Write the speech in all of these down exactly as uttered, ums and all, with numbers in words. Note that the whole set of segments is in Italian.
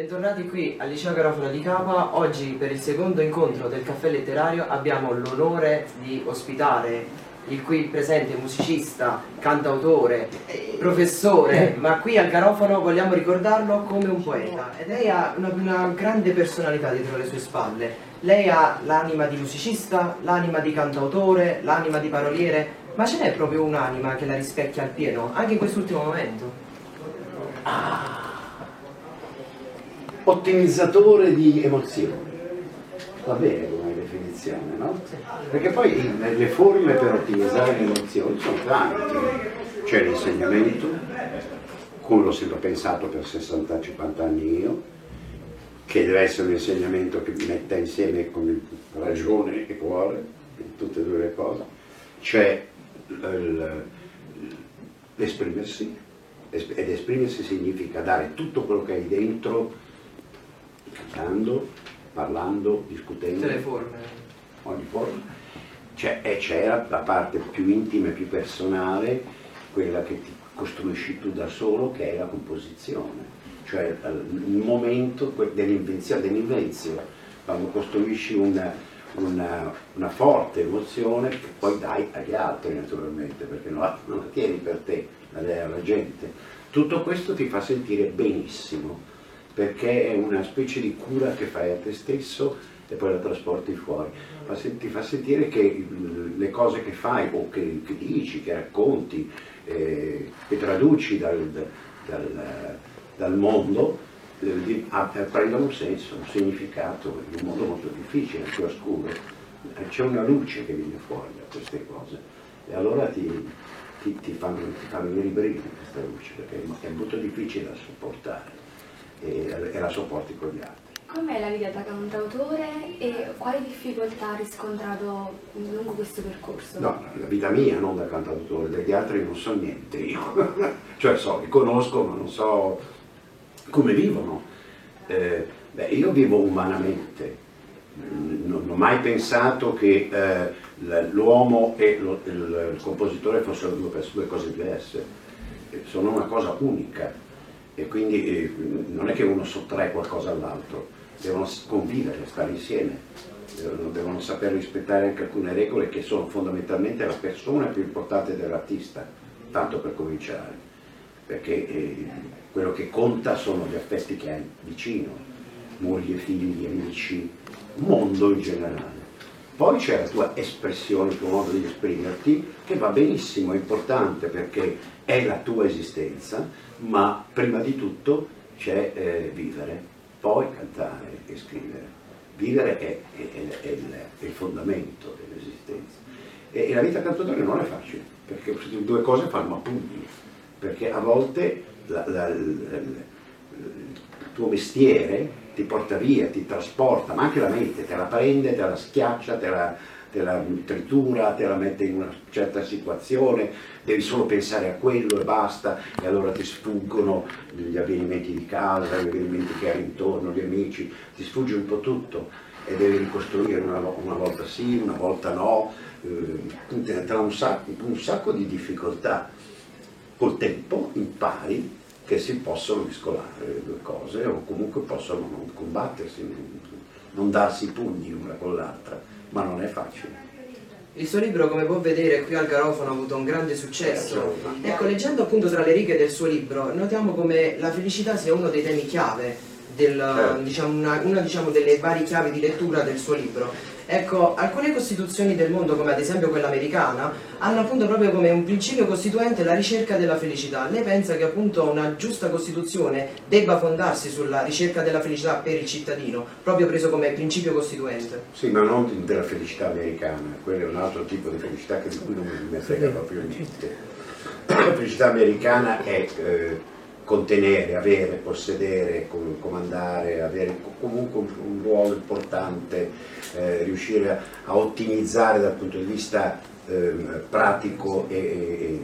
Bentornati qui al Liceo Garofano di Capua. Oggi per il secondo incontro del Caffè Letterario abbiamo l'onore di ospitare il qui presente musicista, cantautore, professore, ma qui al Garofano vogliamo ricordarlo come un poeta. E lei ha una, una grande personalità dietro le sue spalle. Lei ha l'anima di musicista, l'anima di cantautore, l'anima di paroliere, ma ce n'è proprio un'anima che la rispecchia al pieno, anche in quest'ultimo momento? Ah. Ottimizzatore di emozioni, va bene come definizione, no? Perché poi le forme per ottimizzare le emozioni sono tante. C'è l'insegnamento, come l'ho sempre pensato per sessanta cinquanta anni io, che deve essere un insegnamento che metta insieme con ragione e cuore, tutte e due le cose. C'è l'esprimersi, ed esprimersi significa dare tutto quello che hai dentro, cantando, parlando, discutendo. Tutte le forme. Ogni forma. C'è, e c'era la parte più intima e più personale, quella che ti costruisci tu da solo, che è la composizione. Cioè il momento dell'invenzione, dell'invenzione, quando costruisci una, una, una forte emozione che poi dai agli altri naturalmente, perché non la, non la tieni per te, la dai alla gente. Tutto questo ti fa sentire benissimo, perché è una specie di cura che fai a te stesso e poi la trasporti fuori. Ma se, ti fa sentire che le cose che fai o che, che dici, che racconti, eh, che traduci dal, dal, dal mondo, eh, prendono un senso, un significato in un mondo molto difficile, più oscuro. C'è una luce che viene fuori da queste cose e allora ti, ti, ti fanno, ti fanno venire i brividi questa luce, perché è molto difficile da sopportare. E, e la sopporti con gli altri. Com'è la vita da cantautore e quali difficoltà ha riscontrato lungo questo percorso? No, la vita mia, non da cantautore, degli altri non so niente io. Cioè so, li conosco ma non so come vivono. Eh, beh, io vivo umanamente, non, non ho mai pensato che eh, l'uomo e lo, il, il compositore fossero due, due cose diverse, sono una cosa unica. E quindi eh, non è che uno sottrae qualcosa all'altro, devono convivere, stare insieme, devono, devono saper rispettare anche alcune regole che sono fondamentalmente la persona più importante dell'artista, tanto per cominciare, perché eh, quello che conta sono gli affetti che hai vicino, moglie, figli, amici, mondo in generale. Poi c'è la tua espressione, il tuo modo di esprimerti, che va benissimo, è importante perché è la tua esistenza, ma prima di tutto c'è eh, vivere, poi cantare e scrivere. Vivere è, è, è, è, il, è il fondamento dell'esistenza. E, e la vita cantautore non è facile, perché queste due cose fanno a pugni, perché a volte la, la, la, la, il tuo mestiere ti porta via, ti trasporta, ma anche la mente, te la prende, te la schiaccia, te la, te la tritura, te la mette in una certa situazione, devi solo pensare a quello e basta, e allora ti sfuggono gli avvenimenti di casa, gli avvenimenti che hai intorno, gli amici, ti sfugge un po' tutto e devi ricostruire una, una volta sì, una volta no, eh, tra un sacco, un sacco di difficoltà. Col tempo impari che si possono mescolare le due cose o comunque possono non combattersi, non darsi i pugni l'una con l'altra, ma non è facile. Il suo libro, come può vedere, qui al Garofano ha avuto un grande successo. Ecco, leggendo appunto tra le righe del suo libro, notiamo come la felicità sia uno dei temi chiave, del, certo. diciamo, una, una diciamo, delle varie chiavi di lettura del suo libro. Ecco, alcune costituzioni del mondo, come ad esempio quella americana, hanno appunto proprio come un principio costituente la ricerca della felicità. Lei pensa che appunto una giusta costituzione debba fondarsi sulla ricerca della felicità per il cittadino, proprio preso come principio costituente? Sì, ma non della felicità americana, quello è un altro tipo di felicità che di cui non mi frega proprio niente. La felicità americana è eh, contenere, avere, possedere, comandare, avere comunque un, un ruolo importante, eh, riuscire a, a ottimizzare dal punto di vista eh, pratico e,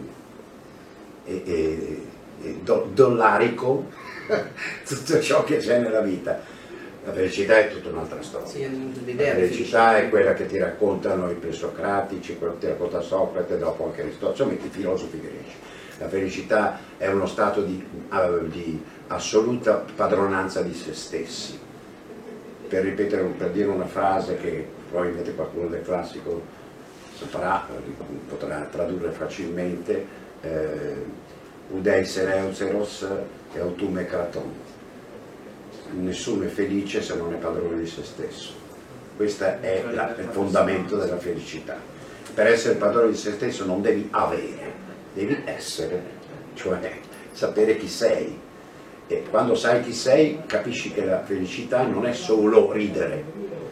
e, e, e do, dollarico tutto ciò che c'è nella vita. La felicità è tutta un'altra storia. Sì, la felicità è quella che ti raccontano i presocratici, quello che ti racconta Socrate, dopo anche Aristotele, insomma i filosofi greci. La felicità è uno stato di, uh, di assoluta padronanza di se stessi. Per ripetere, per dire una frase che probabilmente qualcuno del classico saprà, potrà tradurre facilmente, eh, Udei sereuzeros e autume kraton. Nessuno è felice se non è padrone di se stesso. Questo è la, il fondamento della felicità. Per essere padrone di se stesso non devi avere, devi essere, cioè sapere chi sei. E quando sai chi sei capisci che la felicità non è solo ridere,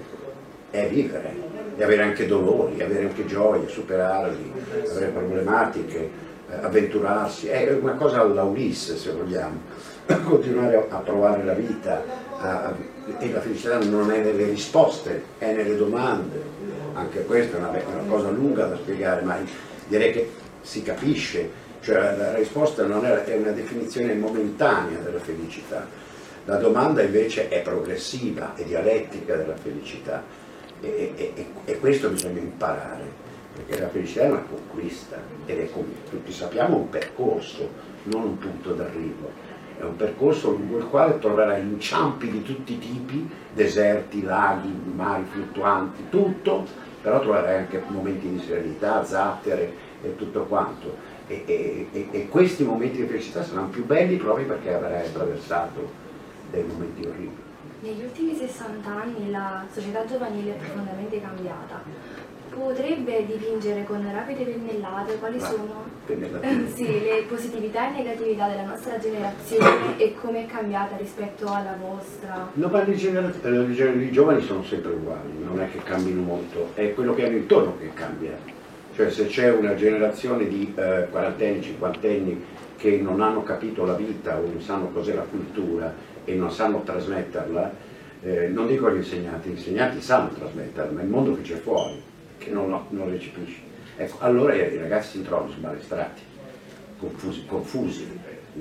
è vivere, e avere anche dolori, avere anche gioie, superarli, avere problematiche, avventurarsi, è una cosa alla Ulisse, se vogliamo, continuare a provare la vita, a, e la felicità non è nelle risposte, è nelle domande. Anche questa è una, una cosa lunga da spiegare, ma direi che si capisce, cioè la, la risposta non è, è una definizione momentanea della felicità, la domanda invece è progressiva, è dialettica della felicità, e, e, e, e questo bisogna imparare. Perché la felicità è una conquista ed è, come tutti sappiamo, un percorso, non un punto d'arrivo. È un percorso lungo il quale troverai inciampi di tutti i tipi, deserti, laghi, mari fluttuanti, tutto, però troverai anche momenti di serenità, zattere e tutto quanto. E, e, e, e questi momenti di felicità saranno più belli proprio perché avrai attraversato dei momenti orribili. Negli ultimi sessanta anni la società giovanile è profondamente cambiata. Potrebbe dipingere con rapide pennellate quali Ma, sono pennellate. sì, le positività e negatività della nostra generazione e come è cambiata rispetto alla vostra? No, ma le generazioni i giovani sono sempre uguali, non è che cambino molto, è quello che hanno intorno che cambia. Cioè se c'è una generazione di eh, quarantenni, cinquantenni che non hanno capito la vita o non sanno cos'è la cultura e non sanno trasmetterla, eh, non dico gli insegnanti, gli insegnanti sanno trasmetterla, ma è il mondo che c'è fuori che non, non recepisci. Ecco, allora i ragazzi si trovano sbalestrati, confusi, confusi,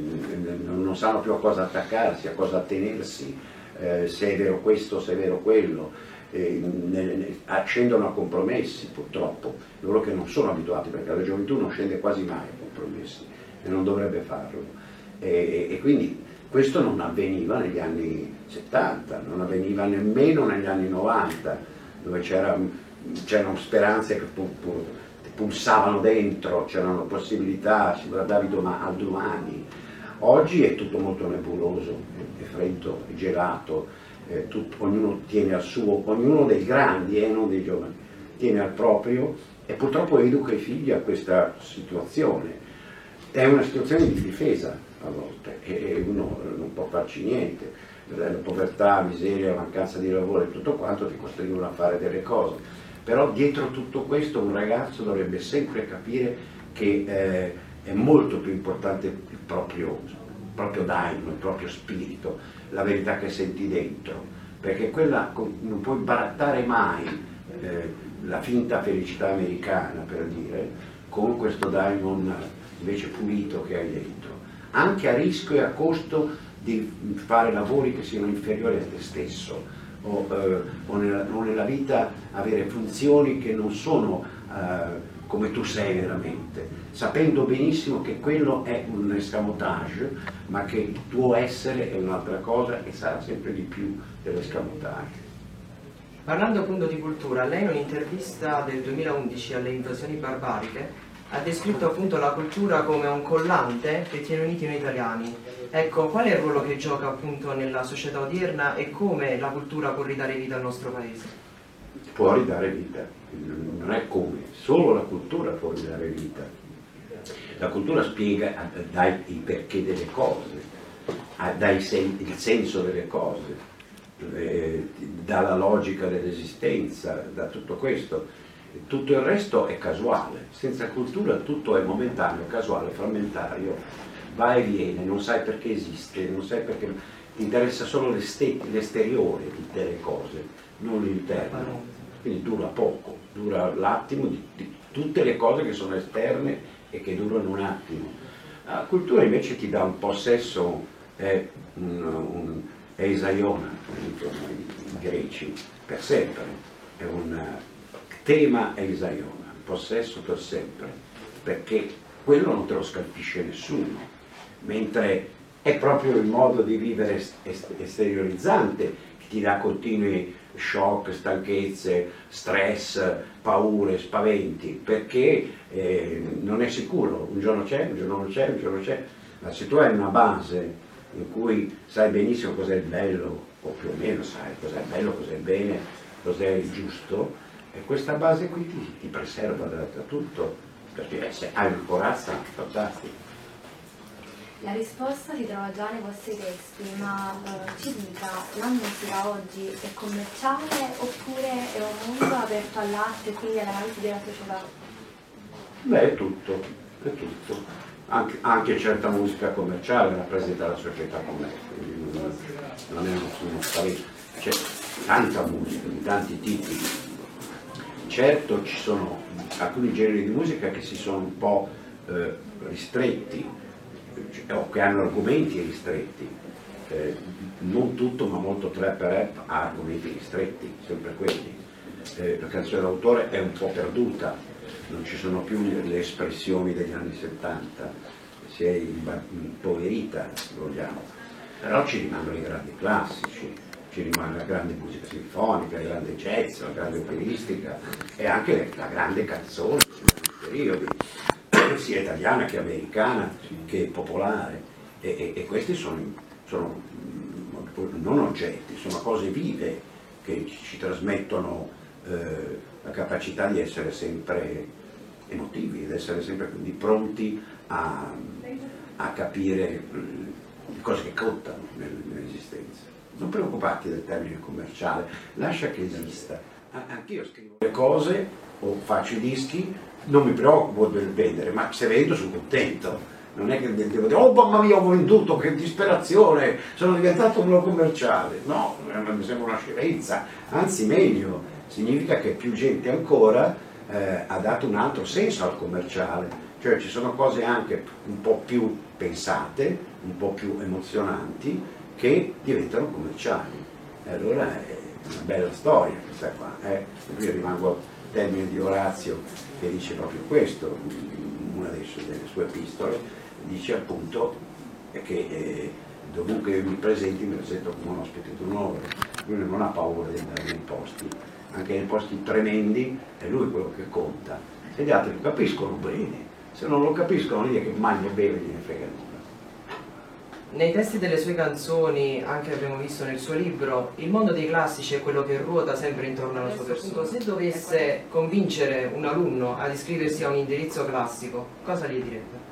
non sanno più a cosa attaccarsi, a cosa attenersi, eh, se è vero questo, se è vero quello, eh, ne, ne, scendono a compromessi purtroppo, loro che non sono abituati, perché la gioventù non scende quasi mai a compromessi e non dovrebbe farlo. E, e quindi questo non avveniva negli anni settanta, non avveniva nemmeno negli anni novanta, dove c'era c'erano speranze che pulsavano dentro, c'erano possibilità, si guardavi al domani. Oggi è tutto molto nebuloso, è freddo, è gelato, è tutto, ognuno tiene al suo, ognuno dei grandi e eh, non dei giovani, tiene al proprio e purtroppo educa i figli a questa situazione. È una situazione di difesa a volte e uno non può farci niente. La povertà, miseria, mancanza di lavoro e tutto quanto ti costringono a fare delle cose. Però dietro tutto questo un ragazzo dovrebbe sempre capire che eh, è molto più importante il proprio, il proprio daimo, il proprio spirito, la verità che senti dentro, perché quella non puoi barattare mai eh, la finta felicità americana, per dire, con questo daimon invece pulito che hai dentro, anche a rischio e a costo di fare lavori che siano inferiori a te stesso. O, eh, o, nella, o nella vita avere funzioni che non sono eh, come tu sei veramente, sapendo benissimo che quello è un escamotage, ma che il tuo essere è un'altra cosa e sarà sempre di più dell'escamotage. Parlando appunto di cultura, lei in un'intervista del duemilaundici alle invasioni barbariche ha descritto appunto la cultura come un collante che tiene uniti noi italiani. Ecco, qual è il ruolo che gioca appunto nella società odierna e come la cultura può ridare vita al nostro paese? Può ridare vita, non è come, solo la cultura può ridare vita. La cultura spiega, dà il perché delle cose, dà il senso delle cose, dà la logica dell'esistenza, dà tutto questo. Tutto il resto è casuale, senza cultura tutto è momentaneo, casuale, frammentario, va e viene, non sai perché esiste, non sai perché, ti interessa solo l'esteriore di delle cose, non l'interno, quindi dura poco, dura l'attimo di, di tutte le cose che sono esterne e che durano un attimo. La cultura invece ti dà un possesso, è un, un è Isaiona, i greci, per sempre, è un tema è Isaiona, possesso per sempre, perché quello non te lo scalfisce nessuno, mentre è proprio il modo di vivere est esteriorizzante che ti dà continui shock, stanchezze, stress, paure, spaventi, perché eh, non è sicuro, un giorno c'è, un giorno non c'è, un giorno c'è, ma se tu hai una base in cui sai benissimo cos'è il bello, o più o meno sai cos'è bello, cos'è bene, cos'è il giusto, e questa base qui ti, ti preserva da, da tutto, perché se hai una corazza, fantastico. La risposta si trova già nei vostri testi, ma eh, ci dica, la musica oggi è commerciale oppure è un mondo aperto all'arte e quindi all'analisi della società? Beh, è tutto, è tutto. Anche, anche certa musica commerciale rappresenta la società com'è, quindi non, non è uno spavento. C'è tanta musica, di tanti tipi. Certo ci sono alcuni generi di musica che si sono un po' eh, ristretti, o che hanno argomenti ristretti, eh, non tutto ma molto trap e rap ha argomenti ristretti, sempre quelli. Eh, la canzone d'autore è un po' perduta, non ci sono più le espressioni degli anni settanta, si è impoverita, se vogliamo, però ci rimangono i grandi classici, ci rimane la grande musica sinfonica, il grande jazz, la grande operistica e anche la grande canzone in periodi, sia italiana che americana che popolare, e, e, e questi sono, sono non oggetti, sono cose vive che ci, ci trasmettono eh, la capacità di essere sempre emotivi, di essere sempre quindi pronti a, a capire le cose che contano nell'esistenza. Non preoccuparti del termine commerciale, lascia che esista. Anch'io scrivo le cose o faccio i dischi, non mi preoccupo del vendere, ma se vendo sono contento. Non è che devo dire, oh mamma mia, ho venduto, che disperazione, sono diventato uno commerciale. No, mi sembra una scemenza, anzi meglio, significa che più gente ancora eh, ha dato un altro senso al commerciale, cioè ci sono cose anche un po' più pensate, un po' più emozionanti, che diventano commerciali. E allora è una bella storia questa qua. Eh? Qui rimango al termine di Orazio che dice proprio questo, una delle sue, delle sue epistole, dice appunto che eh, dovunque io mi presenti mi presento come un ospite d'onore. Lui non ha paura di andare nei posti, anche nei posti tremendi è lui quello che conta, e gli altri lo capiscono bene, se non lo capiscono lì è che mangia e beve gliene frega nulla. Nei testi delle sue canzoni, anche abbiamo visto nel suo libro, il mondo dei classici è quello che ruota sempre intorno alla sua persona. Se dovesse convincere un alunno ad iscriversi a un indirizzo classico, cosa gli direbbe?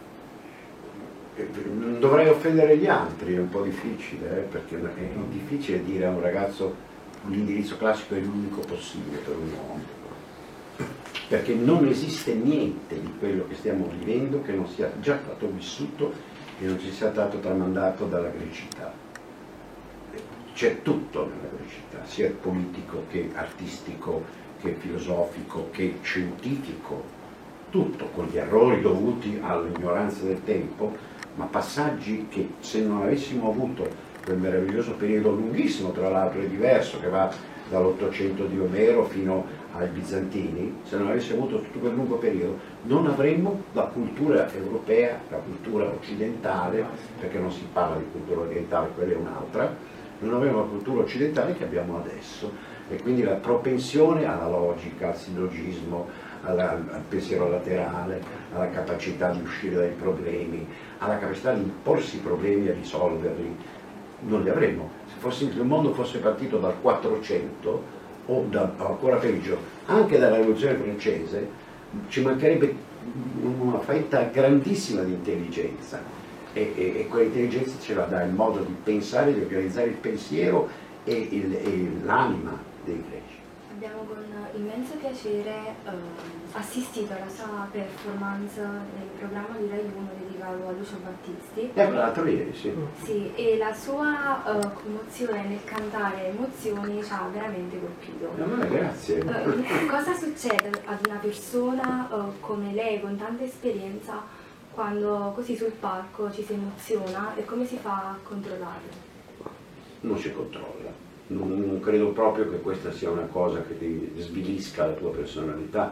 Non dovrei offendere gli altri, è un po' difficile, eh, perché è difficile dire a un ragazzo l'indirizzo classico è l'unico possibile per un uomo, perché non esiste niente di quello che stiamo vivendo che non sia già stato vissuto e non ci sia stato tramandato dalla grecità. C'è tutto nella grecità, sia politico che artistico, che filosofico, che scientifico, tutto con gli errori dovuti all'ignoranza del tempo, ma passaggi che se non avessimo avuto quel meraviglioso periodo lunghissimo, tra l'altro è diverso, che va dall'Ottocento di Omero fino ai bizantini, se non avessimo avuto tutto quel lungo periodo non avremmo la cultura europea, la cultura occidentale, perché non si parla di cultura orientale, quella è un'altra, non avremmo la cultura occidentale che abbiamo adesso, e quindi la propensione alla logica, al sillogismo, alla, al pensiero laterale, alla capacità di uscire dai problemi, alla capacità di porsi i problemi e risolverli, non li avremmo. Se, fosse, se il mondo fosse partito dal quattrocento o da, ancora peggio, anche dalla rivoluzione francese, ci mancherebbe una fetta grandissima di intelligenza, e, e, e quell'intelligenza ce la dà il modo di pensare, di organizzare il pensiero e, e l'anima dei greci. Abbiamo con immenso piacere eh, assistito alla sua performance nel programma di Rai uno dedicato a Lucio Battisti. E l'altro ieri, sì. Sì, e la sua eh, commozione nel cantare emozioni ci ha veramente colpito. No, grazie. Eh, cosa succede ad una persona eh, come lei, con tanta esperienza, quando così sul palco ci si emoziona, e come si fa a controllarlo? Non si controlla. Non, non credo proprio che questa sia una cosa che ti svilisca la tua personalità,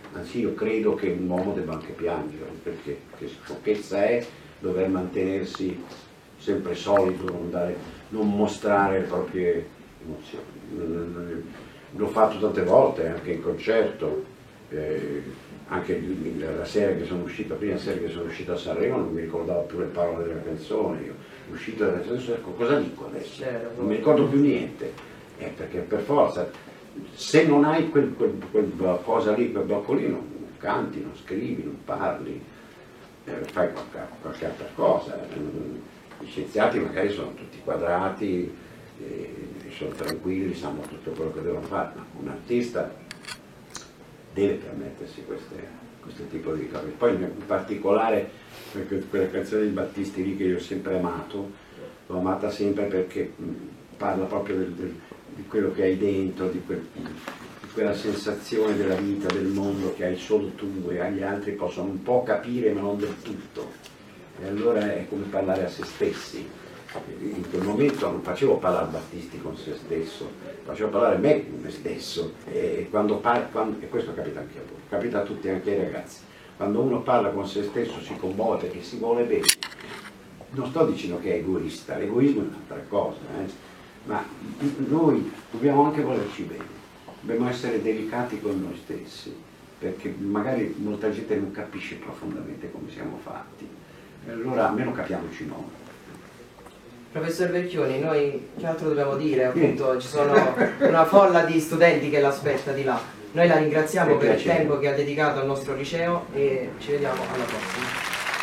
Anzi, io credo che un uomo debba anche piangere, perché che sciocchezza è dover mantenersi sempre solido, non, dare, non mostrare le proprie emozioni. L'ho fatto tante volte, anche in concerto, eh, anche la sera che sono uscita, la prima sera che sono uscita a Sanremo non mi ricordavo più le parole della canzone, io uscita dalla canzone, cosa dico adesso? Non mi ricordo più niente, eh, perché per forza, se non hai quel, quel, quel cosa lì, quel blocco lì, non canti, non scrivi, non parli, eh, fai qualche, qualche altra cosa. Gli scienziati magari sono tutti quadrati, eh, sono tranquilli, sanno tutto quello che devono fare, ma un artista deve permettersi queste, questo tipo di cose. Poi in particolare quella canzone di Battisti lì che io ho sempre amato, l'ho amata sempre perché parla proprio del, del, di quello che hai dentro, di, quel, di quella sensazione della vita, del mondo che hai solo tu e agli altri possono un po' capire ma non del tutto. E allora è come parlare a se stessi. In quel momento non facevo parlare Battisti con se stesso, facevo parlare me con me stesso, e, quando par- quando, e questo capita anche a voi, capita a tutti, anche ai ragazzi, quando uno parla con se stesso si commuove perché si vuole bene. Non sto dicendo che è egoista, l'egoismo è un'altra cosa, eh? Ma noi dobbiamo anche volerci bene, dobbiamo essere delicati con noi stessi, perché magari molta gente non capisce profondamente come siamo fatti, e allora almeno capiamoci noi. Professor Vecchioni, noi che altro dobbiamo dire? Appunto, ci sono una folla di studenti che l'aspetta di là. Noi la ringraziamo per il tempo che ha dedicato al nostro liceo e ci vediamo alla prossima.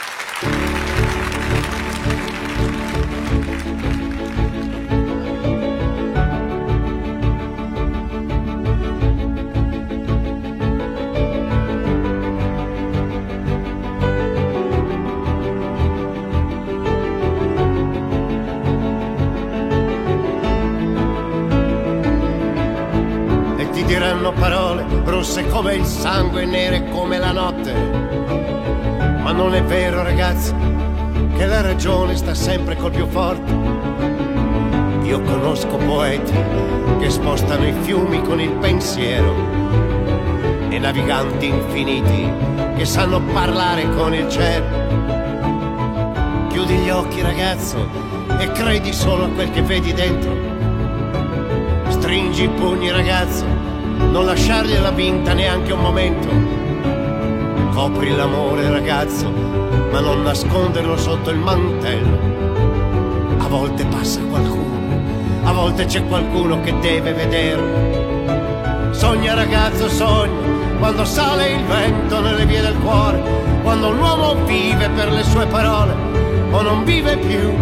Parole rosse come il sangue, nere come la notte. Ma non è vero, ragazzi, che la ragione sta sempre col più forte. Io conosco poeti che spostano i fiumi con il pensiero e naviganti infiniti che sanno parlare con il cielo. Chiudi gli occhi, ragazzo, e credi solo a quel che vedi dentro. Stringi i pugni, ragazzo, non lasciargliela vinta neanche un momento. Copri l'amore, ragazzo, ma non nasconderlo sotto il mantello. A volte passa qualcuno, a volte c'è qualcuno che deve vederlo. Sogna, ragazzo, sogna, quando sale il vento nelle vie del cuore, quando un uomo vive per le sue parole o non vive più.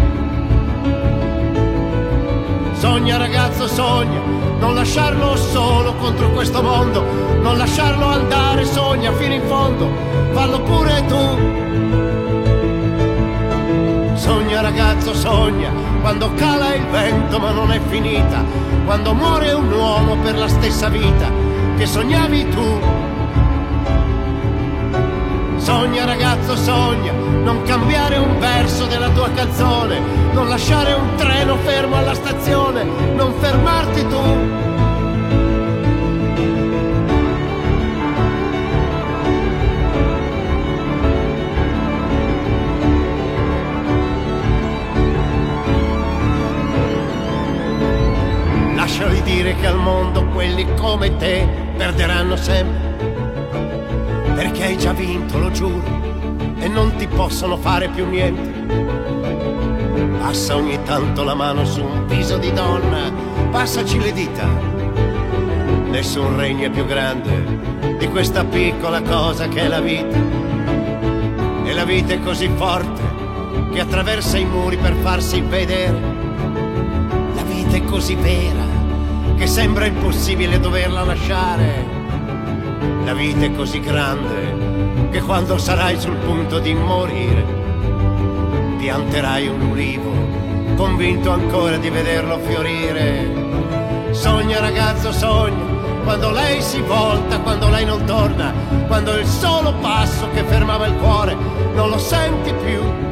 Sogna, ragazzo, sogna, non lasciarlo solo contro questo mondo, non lasciarlo andare, sogna fino in fondo, fallo pure tu. Sogna, ragazzo, sogna, quando cala il vento ma non è finita, quando muore un uomo per la stessa vita che sognavi tu. Sogna, ragazzo, sogna, non cambiare un verso della tua canzone, non lasciare un treno fermo alla stazione, non fermarti tu. Lasciali dire che al mondo quelli come te perderanno sempre, perché hai già vinto, lo giuro, e non ti possono fare più niente. Passa ogni tanto la mano su un viso di donna, passaci le dita. Nessun regno è più grande di questa piccola cosa che è la vita. E la vita è così forte che attraversa i muri per farsi vedere. La vita è così vera che sembra impossibile doverla lasciare. La vita è così grande che quando sarai sul punto di morire pianterai un ulivo, convinto ancora di vederlo fiorire. Sogna, ragazzo, sogna, quando lei si volta, quando lei non torna, quando il solo passo che fermava il cuore non lo senti più.